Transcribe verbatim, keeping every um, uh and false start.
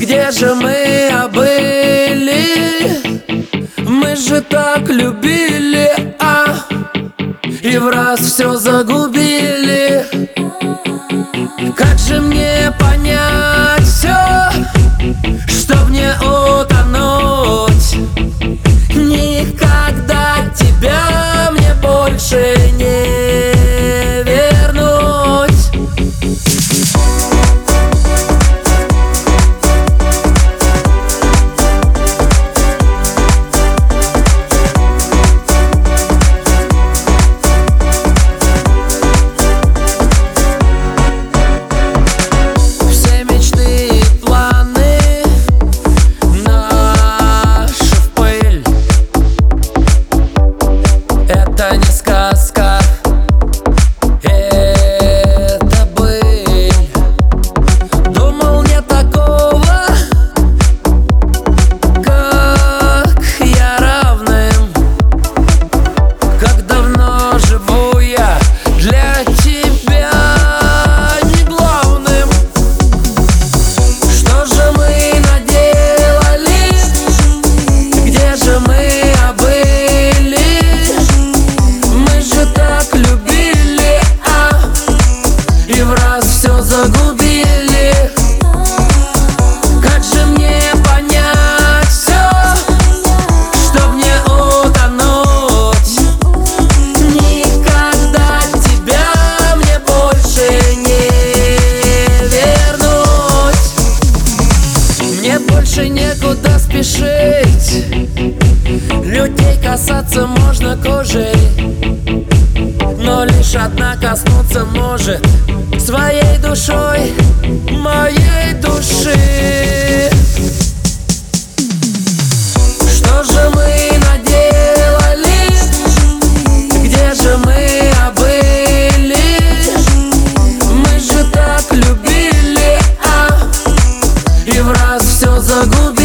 Где же мы были? Мы же так любили, а и в раз все загубили. Как же мне понять все, чтоб не утонуть? Никогда тебя мне больше не вернуть. Все мечты и планы наши в пыль. Это не сказка, это быль. Думал, нет такого, как я, равным. Как давно живу я для тебя не главным. Что же мы наделали? Где же мы были? Мы же так любили, а и в раз все загубили. Как же мне понять все, чтоб не утонуть? Никогда тебя мне больше не вернуть. Мне больше некуда спешить, людей касаться можно кожей, но лишь одна коснуться может своей душой, моей души. Что же мы наделали? Где же мы были? Мы же так любили, а и в раз все загубили.